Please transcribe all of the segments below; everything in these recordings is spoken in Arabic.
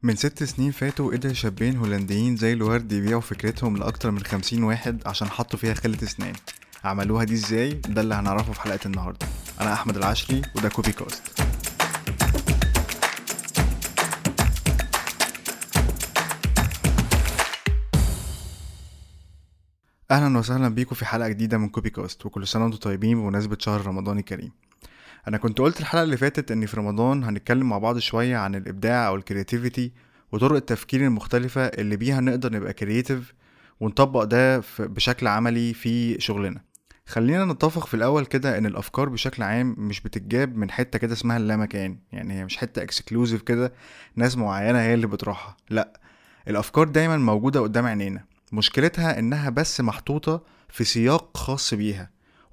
من 6 سنين فاتوا قدر شابين هولنديين زي الورد يبيعوا فكرتهم لأكتر من 50 واحد عشان حطوا فيها خلة اسنان. عملوها دي ازاي؟ ده اللي هنعرفه في حلقة النهاردة. أنا أحمد العشري وده كوبي كاست. أهلا وسهلا بيكم في حلقة جديدة من كوبي كاست، وكل سنة وانتم طيبين بمناسبة شهر رمضان الكريم. أنا كنت قلت الحلقة اللي فاتت إني في رمضان هنتكلم مع بعض شوية عن الإبداع أو الكرياتيفيتي وطرق التفكير المختلفة اللي بيها نقدر نبقى كرياتيف ونطبق ده بشكل عملي في شغلنا. خلينا نتفق في الأول كده إن الأفكار بشكل عام مش بتتجاب من حتة كده اسمها اللامكان، يعني هي مش حتة اكسكلوزيف كده ناس معينة هي اللي بتروحها، لأ، الأفكار دايما موجودة قدام عينينا. مشكلتها إنها بس محطوطة في سياق خاص بيها،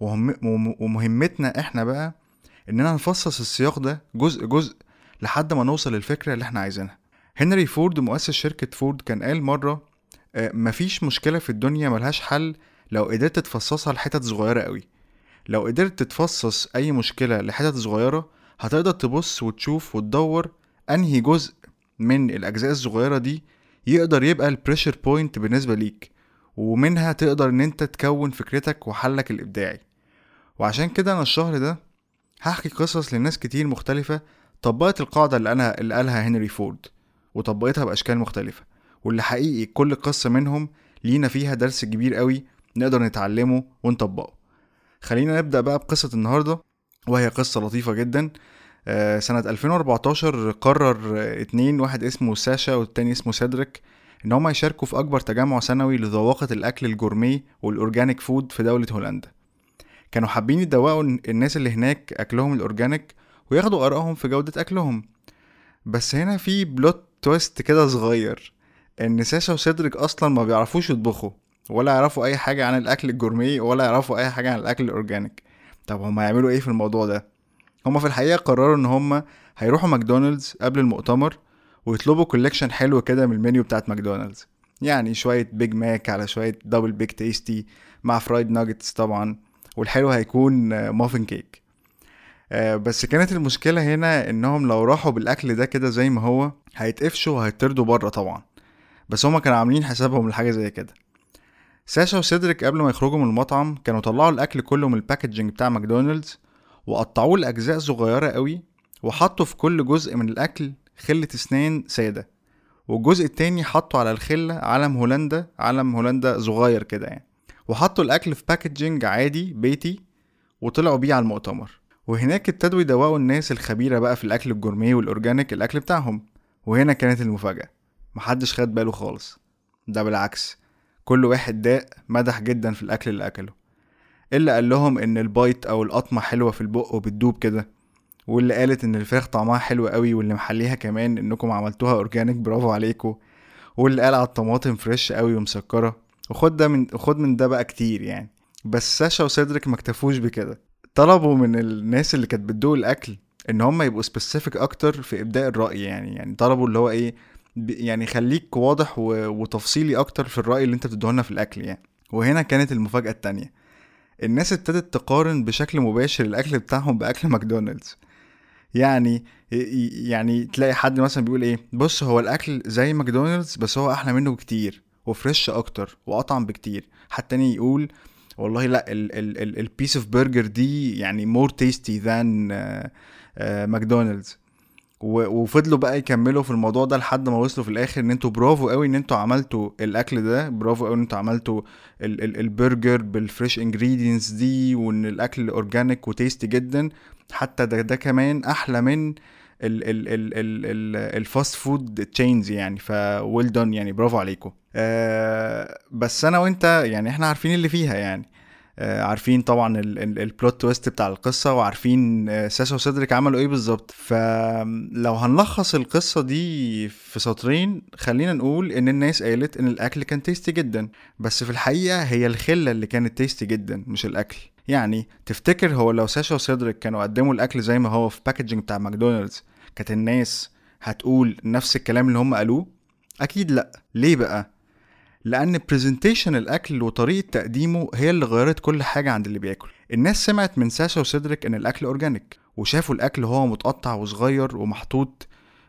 ومهمتنا إحنا بقى إننا نفصص السياق ده جزء جزء لحد ما نوصل للفكرة اللي إحنا عايزينها. هنري فورد مؤسس شركة فورد كان قال مرة مفيش مشكلة في الدنيا ملهاش حل لو قدرت تفصصها لحتت صغيرة قوي. لو قدرت تفصص أي مشكلة لحتت صغيرة هتقدر تبص وتشوف وتدور أنهي جزء من الأجزاء الصغيرة دي يقدر يبقى البريشر بوينت بالنسبة ليك، ومنها تقدر ان انت تكون فكرتك وحلك الإبداعي. وعشان كده أنا الشهر ده هحكي قصص لناس كتير مختلفة طبقت القاعدة اللي قالها هنري فورد، وطبقتها بأشكال مختلفة، واللي حقيقي كل قصة منهم لينا فيها درس كبير قوي نقدر نتعلمه ونطبقه. خلينا نبدأ بقى بقصة النهاردة، وهي قصة لطيفة جدا. سنة 2014 قرر اتنين، واحد اسمه ساشا والتاني اسمه سيدريك، ان هما يشاركوا في اكبر تجمع سنوي لذواقة الاكل الجورمي والاورجانيك فود في دولة هولندا. كانوا حابين يدوقوا الناس اللي هناك اكلهم الاورجانيك وياخدوا ارائهم في جودة اكلهم. بس هنا في بلوت تويست كده صغير، ان ساشا وسيدريك اصلا ما بيعرفوش يطبخوا ولا يعرفوا اي حاجة عن الاكل الجورمي ولا يعرفوا اي حاجة عن الاكل الاورجانيك. طب هما يعملوا ايه في الموضوع ده؟ هما في الحقيقة قرروا ان هما هيروحوا ماكدونالدز قبل المؤتمر ويطلبوا كولكشن حلو كده من المنيو بتاعت ماكدونالدز، يعني شوية بيج ماك على شوية دبل بيج تيستي مع فرايد ناجتس طبعا، والحلو هيكون مافن كيك. بس كانت المشكلة هنا انهم لو راحوا بالاكل ده كده زي ما هو هيتقفشوا وهيطردوا بره طبعا، بس هما كانوا عاملين حسابهم لحاجة زي كده. ساشا وسيدريك قبل ما يخرجوا من المطعم كانوا طلعوا الاكل كله من الباكجينج بتاع ماكدونالدز وقطعوه لأجزاء صغيرة قوي، وحطوا في كل جزء من الأكل خلة اسنان سادة، والجزء التاني حطوا على الخلة علم هولندا صغير كده يعني، وحطوا الأكل في باكجينج عادي بيتي وطلعوا بيه على المؤتمر. وهناك ابتدوا يدوقوا الناس الخبيرة بقى في الأكل الجورمي والأورجانيك الأكل بتاعهم. وهنا كانت المفاجأة، محدش خد باله خالص، ده بالعكس كل واحد داق مدح جدا في الأكل اللي أكله. اللي قال لهم ان البايت او القطمة حلوة في البق وبتدوب كده، واللي قالت ان الفراخ طعمها حلو قوي، واللي محليها كمان انكم عملتوها اورجانيك برافو عليكم، واللي قال على الطماطم فريش قوي ومسكرة، وخد من ده بقى كتير يعني. بس ساشا وسيدريك ما اكتفوش بكده، طلبوا من الناس اللي كانت بتدوق الاكل ان هم يبقوا سبيسيفيك اكتر في ابداء الرأي، يعني طلبوا اللي هو ايه، يعني خليك واضح وتفصيلي اكتر في الرأي اللي انت بتدهولنا في الاكل يعني. وهنا كانت المفاجأة التانية، الناس ابتدت تقارن بشكل مباشر الاكل بتاعهم باكل ماكدونالدز. يعني يعني تلاقي حد مثلا بيقول ايه، بص هو الاكل زي ماكدونالدز بس هو احلى منه بكتير وفريش اكتر واطعم بكتير. حتى تاني يقول والله لا، البيس اوف برجر دي يعني مور تيستي ذان ماكدونالدز. وفضلوا بقى يكملوا في الموضوع ده لحد ما وصلوا في الاخر ان انتوا برافو قوي ان انتوا عملتوا الاكل ده، برافو قوي ان انتوا عملتوا البرجر بالفريش انجريدينتس دي، وان الاكل اورجانيك وتيستي جدا، حتى ده كمان احلى من الفاست فود تشينز يعني، فويل دون يعني برافو عليكم. بس انا وانت يعني احنا عارفين اللي فيها يعني، عارفين طبعا البلوت تويست بتاع القصة، وعارفين ساشا وسيدريك عملوا ايه بالظبط. فلو هنلخص القصة دي في سطرين، خلينا نقول ان الناس قالت ان الاكل كان تيستي جدا، بس في الحقيقة هي الخلة اللي كانت تيستي جدا مش الاكل. يعني تفتكر هو لو ساشا وسيدريك كانوا قدموا الاكل زي ما هو في باكجينج بتاع ماكدونالدز كانت الناس هتقول نفس الكلام اللي هم قالوه؟ اكيد لا. ليه بقى؟ لان بريزنتيشن الاكل وطريقه تقديمه هي اللي غيرت كل حاجه عند اللي بياكل. الناس سمعت من ساشا وسيدريك ان الاكل اورجانيك، وشافوا الاكل هو متقطع وصغير ومحطوط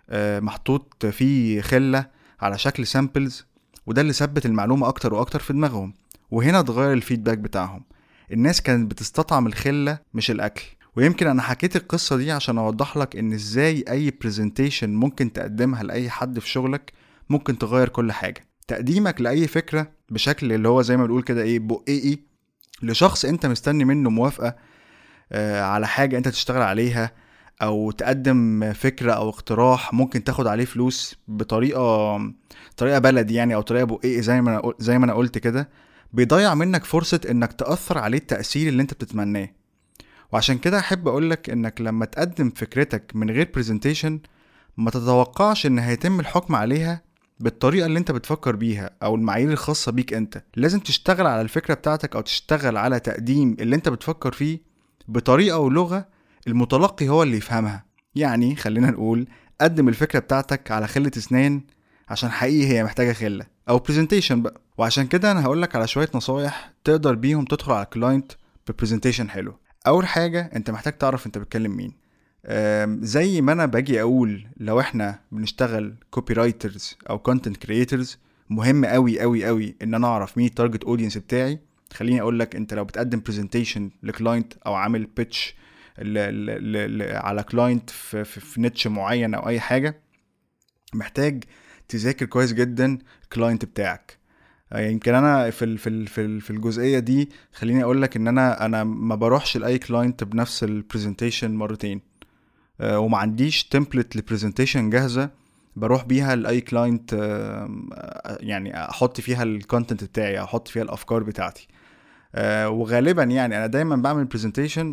محطوط فيه خلة على شكل سامبلز، وده اللي ثبت المعلومة اكتر واكتر في دماغهم. وهنا اتغير الفيدباك بتاعهم، الناس كانت بتستطعم الخلة مش الاكل. ويمكن انا حكيت القصة دي عشان اوضح لك ان ازاي اي برزنتيشن ممكن تقدمها لاي حد في شغلك ممكن تغير كل حاجة. تقديمك لاي فكرة بشكل اللي هو زي ما بنقول كده بقيقي لشخص انت مستني منه موافقة على حاجة انت تشتغل عليها، او تقدم فكرة او اقتراح ممكن تاخد عليه فلوس طريقة بلدي يعني، او طريقة بقيقي زي ما انا قلت كده، بيضيع منك فرصة انك تأثر عليه التأثير اللي انت بتتمناه. وعشان كده احب اقولك انك لما تقدم فكرتك من غير برزنتيشن ما تتوقعش ان هيتم الحكم عليها بالطريقة اللي انت بتفكر بيها او المعايير الخاصة بيك انت. لازم تشتغل على الفكرة بتاعتك او تشتغل على تقديم اللي انت بتفكر فيه بطريقة ولغة المتلقي هو اللي يفهمها. يعني خلينا نقول قدم الفكرة بتاعتك على خلة اسنان عشان حقيقي هي محتاجة خلة او برزنتيشن بقى. وعشان كده انا هقولك على شوية نصايح تقدر بيهم تدخل على الكلاينت ببرزنتيشن حلو. اول حاجة انت محتاج تعرف انت بتكلم مين. زي ما انا باجي اقول لو احنا بنشتغل كوبي رايترز او كونتنت كرييترز مهم قوي قوي قوي ان انا اعرف مين التارجت اودينس بتاعي. خليني اقول لك انت لو بتقدم برزنتيشن لكلاينت او عامل بيتش على كلاينت في نيتش معين او اي حاجه، محتاج تذاكر كويس جدا الكلاينت بتاعك. يمكن انا في الجزئيه دي خليني اقول لك ان انا ما بروحش لاي كلاينت بنفس البرزنتيشن مرتين، وما عنديش تمبلت لبرزنتيشن جاهزه بروح بيها لاي كلاينت يعني احط فيها الكونتنت بتاعي، احط فيها الافكار بتاعتي. وغالبا يعني انا دايما بعمل برزنتيشن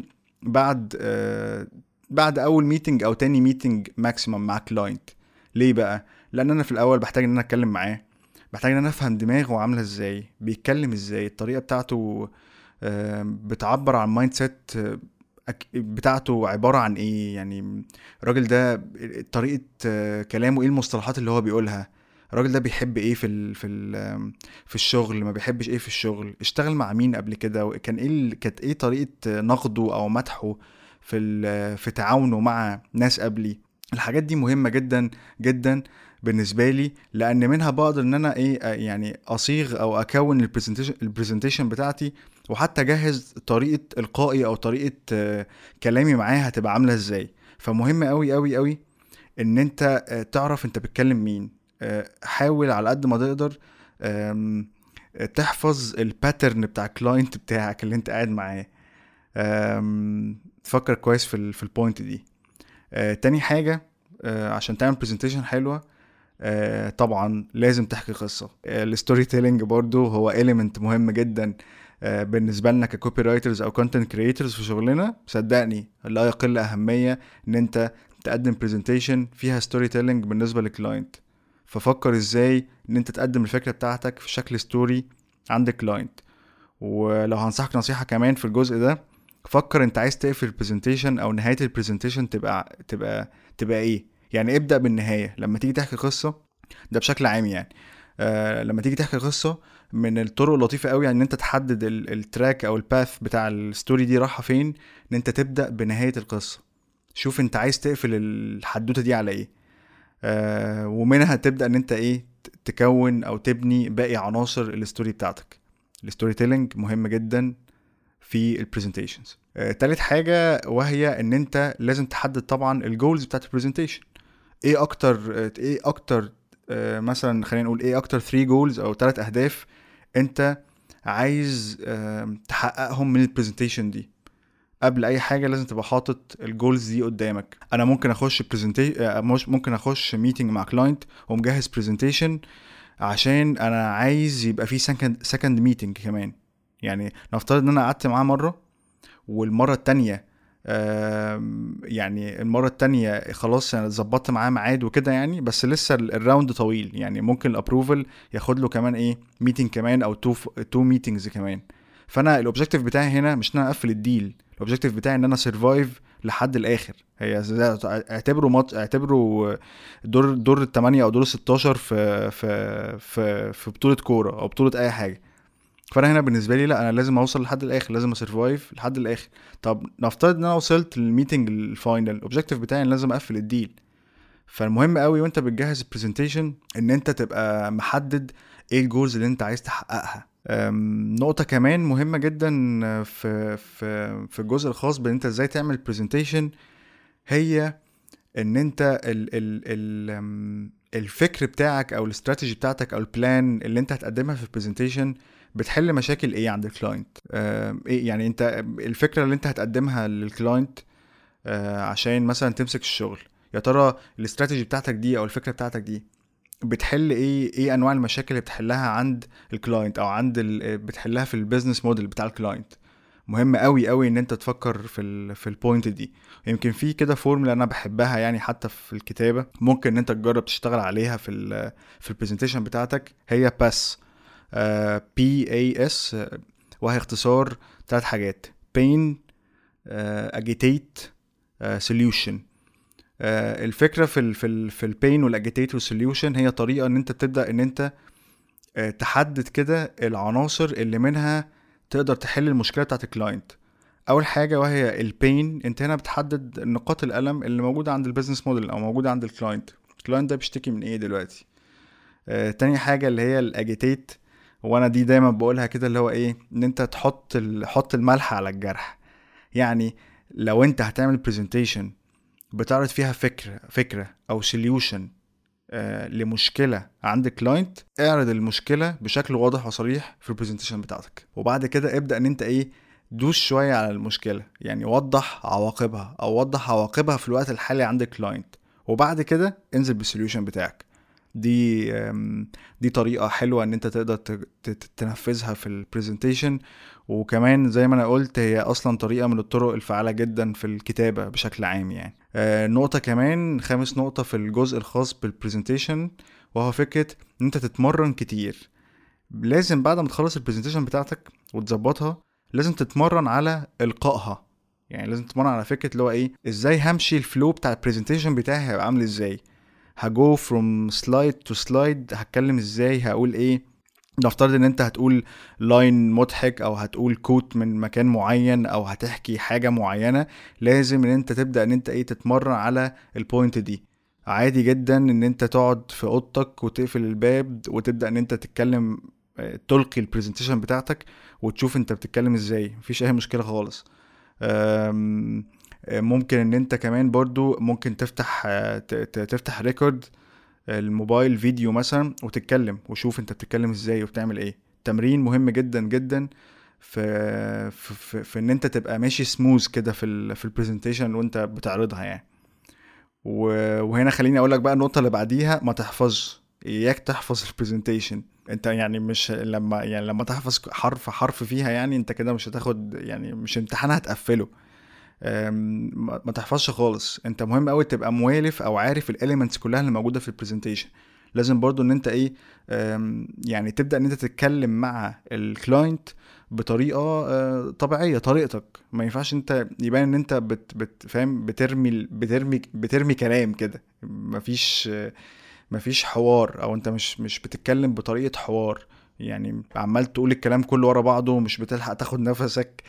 بعد اول ميتنج او تاني ميتنج ماكسيمم مع كلاينت. ليه بقى؟ لان انا في الاول بحتاج ان انا اتكلم معاه، بحتاج ان انا افهم دماغه عامله ازاي، بيتكلم ازاي، الطريقه بتاعته بتعبر عن مايند سيت بتاعته عباره عن ايه. يعني الراجل ده طريقه كلامه ايه، المصطلحات اللي هو بيقولها، الراجل ده بيحب ايه في الشغل، ما بيحبش ايه في الشغل، اشتغل مع مين قبل كده، كان ايه كانت ايه طريقه نقده او مدحه في تعاونه مع ناس قبلي. الحاجات دي مهمه جدا جدا بالنسبه لي، لان منها بقدر ان انا يعني اصيغ او اكون البرزنتيشن بتاعتي، وحتى اجهز طريقه القائي او طريقه كلامي معاه هتبقى عامله ازاي. فمهم قوي قوي قوي ان انت تعرف انت بتكلم مين. حاول على قد ما تقدر تحفظ الباترن بتاع الكلاينت بتاعك اللي انت قاعد معاه. تفكر كويس في البوينت دي. تاني حاجة عشان تعمل برزنتيشن حلوة طبعا لازم تحكي قصة. الستوري تيلينج برضو هو إليمنت مهم جدا بالنسبة لنا ككوبي رايترز او كونتنت كرييترز في شغلنا. صدقني لا يقل اهمية ان انت تقدم برزنتيشن فيها ستوري تيلينج بالنسبة للكلاينت. ففكر ازاي ان انت تقدم الفكرة بتاعتك في شكل ستوري عند الكلاينت. ولو هنصحك نصيحة كمان في الجزء ده، فكر انت عايز تقفل البرزنتيشن او نهاية البرزنتيشن تبقى ايه. يعني ابدأ بالنهاية لما تيجي تحكي قصة، ده بشكل عام يعني. لما تيجي تحكي قصة، من الطرق اللطيفة قوي ان انت تحدد التراك او الباث بتاع الستوري دي رايحة فين، ان انت تبدأ بنهاية القصة. شوف انت عايز تقفل الحدوتة دي على ايه، ومنها تبدأ ان انت تكون او تبني باقي عناصر الستوري بتاعتك. الستوري تيلينج مهم جدا في البرزنتيشنز. تالت حاجة وهي ان انت لازم تحدد طبعا الجولز بتاعت البرزنتيشن. ايه اكتر مثلا خلينا نقول ايه اكتر 3 جولز او 3 اهداف انت عايز تحققهم من البرزنتيشن دي. قبل اي حاجه لازم تبقى حاطط الجولز دي قدامك. انا ممكن اخش ممكن اخش ميتنج مع كلاينت ومجهز برزنتيشن عشان انا عايز يبقى في سكند ميتنج كمان. يعني نفترض ان انا قعدت معاه مره، والمره التانية يعني المره التانية خلاص انا ظبطت معاه ميعاد وكده يعني، بس لسه الراوند طويل، يعني ممكن الابروفل ياخد له كمان ميتنج كمان او تو ميتنجز كمان. فانا الاوبجيكتيف بتاعي هنا مش ان انا اقفل الديل، الاوبجيكتيف بتاعي ان انا سرفايف لحد الاخر. هي اعتبره ماتش، اعتبره دور الثمانية او دور 16 في بطولة كورة او بطولة اي حاجة. فانا هنا بالنسبه لي لا، انا لازم اوصل لحد الاخر، لازم اسرفايف لحد الاخر. طب نفترض ان انا وصلت للميتنج الفاينل، الاوبجيكتيف بتاعي ان لازم اقفل الديل. فالمهم قوي وانت بتجهز البرزنتيشن ان انت تبقى محدد ايه الجولز اللي انت عايز تحققها. نقطة كمان مهمة جدا في الجزء الخاص بان انت ازاي تعمل برزنتيشن، هي ان انت الفكر بتاعك او الاستراتيجي بتاعتك او البلان اللي انت هتقدمها في البرزنتيشن بتحل مشاكل ايه عند الكلاينت. ايه يعني انت الفكرة اللي انت هتقدمها للكلاينت عشان مثلا تمسك الشغل، يا ترى الاستراتيجي بتاعتك دي او الفكرة بتاعتك دي بتحل ايه انواع المشاكل اللي بتحلها عند الكلاينت او عند بتحلها في البيزنس موديل بتاع الكلاينت. مهم قوي قوي ان انت تفكر في البوينت دي. يمكن في كده فورمولا انا بحبها يعني حتى في الكتابه، ممكن ان انت تجرب تشتغل عليها في البرزنتيشن بتاعتك. هي باس، PAS، وهي اختصار 3 حاجات: pain، agitate، solution. الفكره في البين والاجيتيت والسوليوشن هي طريقه ان انت تبدا ان انت تحدد كده العناصر اللي منها تقدر تحل المشكله بتاعت الكلاينت. اول حاجه وهي البين، انت هنا بتحدد نقاط الالم اللي موجوده عند البيزنس موديل او موجوده عند الكلاينت ده بيشتكي من ايه دلوقتي. تاني حاجه اللي هي الاجيتيت، وانا دي دايما بقولها كده اللي هو ايه، ان انت حط الملح على الجرح. يعني لو انت هتعمل برزنتيشن بتعرض فيها فكرة او سوليوشن لمشكلة عند الكلاينت، اعرض المشكلة بشكل واضح وصريح في البرزنتيشن بتاعتك. وبعد كده ابدأ ان انت ايه، دوس شوية على المشكلة، يعني وضح عواقبها او وضح عواقبها في الوقت الحالي عند الكلاينت، وبعد كده انزل بالسوليوشن بتاعك. دي دي طريقة حلوة ان انت تقدر تنفذها في البرزنتيشن. وكمان زي ما انا قلت هي اصلا طريقة من الطرق الفعالة جدا في الكتابة بشكل عام يعني. نقطة كمان، 5 نقطة في الجزء الخاص بالبرزنتيشن، وهو فكرة ان انت تتمرن كتير. لازم بعد ما تخلص البرزنتيشن بتاعتك وتظبطها لازم تتمرن على القائها. يعني لازم تتمرن على فكرة اللي هو ايه، ازاي همشي الفلو بتاع البرزنتيشن بتاعي هيبقى عامل ازاي، هجو فروم سلايد تو سلايد، هتكلم ازاي، هقول ايه. نفترض ان انت هتقول لاين مضحك او هتقول كوت من مكان معين او هتحكي حاجة معينة، لازم ان انت تبدأ ان انت ايه، تتمرن على البوينت دي. عادي جدا ان انت تقعد في اوضتك وتقفل الباب وتبدأ ان انت تتكلم، تلقي البرزنتيشن بتاعتك وتشوف انت بتتكلم ازاي، مفيش اي مشكلة خالص. ممكن ان انت كمان برضو ممكن تفتح ريكورد الموبايل فيديو مثلا وتتكلم وشوف انت بتتكلم ازاي وبتعمل ايه. تمرين مهم جدا جدا في ان انت تبقى ماشي سموز كده في البرزنتيشن وانت بتعرضها يعني. وهنا خليني اقول لك بقى النقطه اللي بعديها، ما تحفظش، اياك تحفظ البرزنتيشن. انت يعني مش لما تحفظ حرف حرف فيها، يعني انت كده مش هتاخد، يعني مش امتحان هتقفله. ما تحفظش خالص. انت مهم قوي تبقى موالف او عارف الاليمنتس كلها اللي موجوده في البرزنتيشن. لازم برضو ان انت ايه، يعني تبدا ان انت تتكلم مع الكلاينت بطريقه طبيعيه، طريقتك. ما ينفعش انت يبان ان انت فاهم بترمي كلام كده، مفيش حوار، او انت مش بتتكلم بطريقه حوار، يعني عمال تقول الكلام كله ورا بعضه ومش بتلحق تاخد نفسك.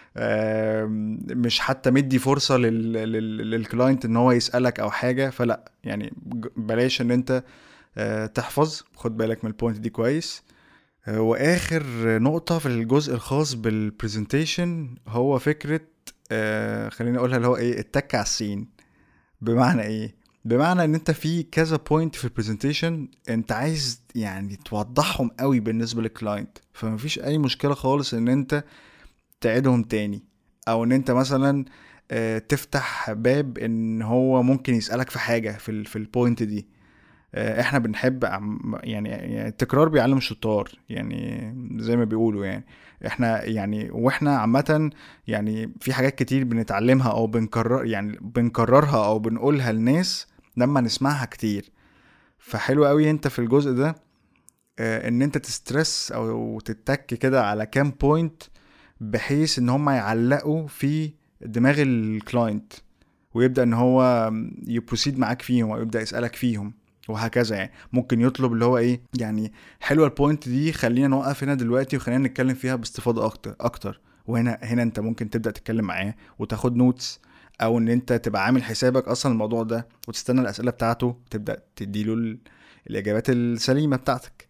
مش حتى مدي فرصة للكلاينت ان هو يسألك او حاجة. فلا يعني بلاش ان انت تحفظ، خد بالك من البوينت دي كويس. واخر نقطة في الجزء الخاص بالبرزنتيشن هو فكرة، خليني اقولها اللي هو ايه، التك على السين. بمعنى ايه؟ بمعنى ان انت في كذا بوينت في البرزنتيشن انت عايز يعني توضحهم قوي بالنسبة للكلاينت، فمفيش اي مشكلة خالص ان انت تعيدهم تاني، او ان انت مثلا تفتح باب ان هو ممكن يسألك في حاجة في البوينت دي. احنا بنحب يعني التكرار بيعلم الشطار، يعني زي ما بيقولوا يعني. احنا يعني واحنا عامة يعني في حاجات كتير بنتعلمها او بنكررها او بنقولها للناس لما نسمعها كتير. فحلو قوي انت في الجزء ده ان انت تسترس او تتك كده على كام بوينت بحيث ان هم يعلقوا في دماغ الكلاينت، ويبدأ ان هو يبروسيد معاك فيهم ويبدأ يسألك فيهم وهكذا. يعني ممكن يطلب اللي هو ايه، يعني حلوة البوينت دي، خلينا نوقف هنا دلوقتي وخلينا نتكلم فيها باستفاضة اكتر. وهنا انت ممكن تبدأ تتكلم معاه وتاخد نوتس، او ان انت تبقى عامل حسابك اصلا الموضوع ده وتستنى الاسئله بتاعته تبدا تديله الاجابات السليمه بتاعتك.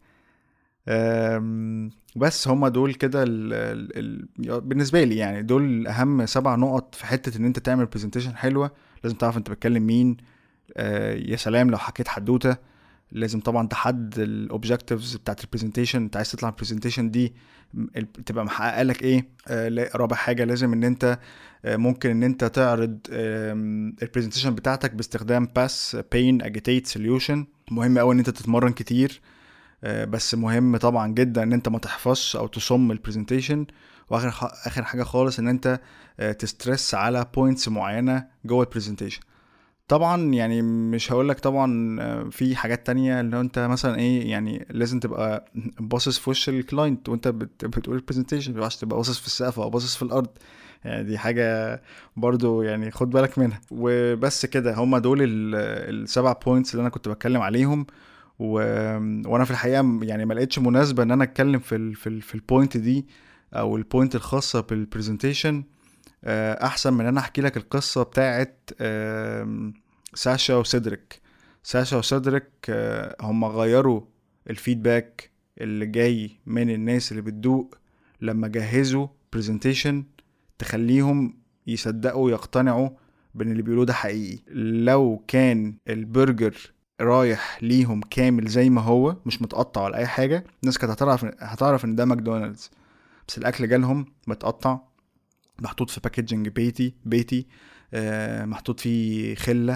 بس هما دول كده بالنسبه لي يعني دول اهم 7 نقط في حته ان انت تعمل برزنتيشن حلوه. لازم تعرف انت بتكلم مين. يا سلام لو حكيت حدوته. لازم طبعا تحدد الاوبجكتيفز بتاعت البرزنتيشن. انت عايز تطلع البرزنتيشن دي تبقى محققه لك ايه. رابع حاجه لازم ان انت ممكن ان انت تعرض البرزنتيشن بتاعتك باستخدام باس بين اجيتيت سوليوشن. مهم قوي ان انت تتمرن كتير. بس مهم طبعا جدا ان انت ما تحفظش او تصم البرزنتيشن. واخر حاجه خالص ان انت تسترس على بوينتس معينه جوه البرزنتيشن. طبعا يعني مش هقولك طبعا في حاجات تانية اللي انت مثلا ايه يعني لازم تبقى باصص في وش الكلاينت وانت بتقول البرزنتيشن. مينفعش تبقى باصص في السقف او باصص في الارض. يعني دي حاجة برضو يعني خد بالك منها. وبس كده هما دول ال7 بوينتس اللي انا كنت بتكلم عليهم. وانا في الحقيقة يعني ما لقيتش مناسبة ان انا اتكلم في البوينت دي او البوينت الخاصة بالبرزنتيشن احسن من انا احكي لك القصة بتاعت ساشا وسيدريك. ساشا وسيدريك هم غيروا الفيدباك اللي جاي من الناس اللي بتدوق لما جهزوا برزنتيشن تخليهم يصدقوا يقتنعوا بان اللي بيقولوه ده حقيقي. لو كان البرجر رايح ليهم كامل زي ما هو مش متقطع ولا اي حاجة الناس كانت هتعرف ان ده ماكدونالدز. بس الاكل جالهم متقطع محطوط في باكيجنج بيتي محطوط فيه خلة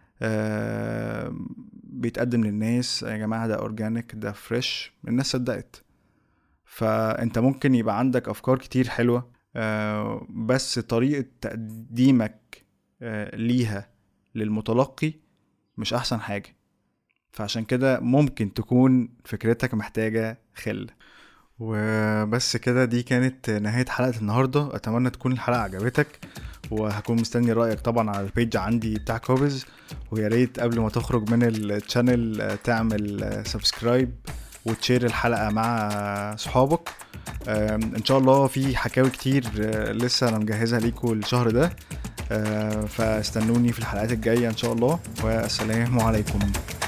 بيتقدم للناس يا جماعة ده اورجانيك ده فريش. الناس صدقت. فانت ممكن يبقى عندك افكار كتير حلوة بس طريقة تقديمك ليها للمتلقي مش احسن حاجة. فعشان كده ممكن تكون فكرتك محتاجة خلة. وبس كده دي كانت نهاية حلقة النهاردة. اتمنى تكون الحلقة عجبتك وهكون مستني رأيك طبعا على البيج عندي بتاع كوبز. ويا ريت قبل ما تخرج من الشانل تعمل سبسكرايب وتشير الحلقة مع صحابك. ان شاء الله في حكاوي كتير لسه انا مجهزها ليكم الشهر ده. فاستنوني في الحلقات الجاية ان شاء الله والسلام عليكم.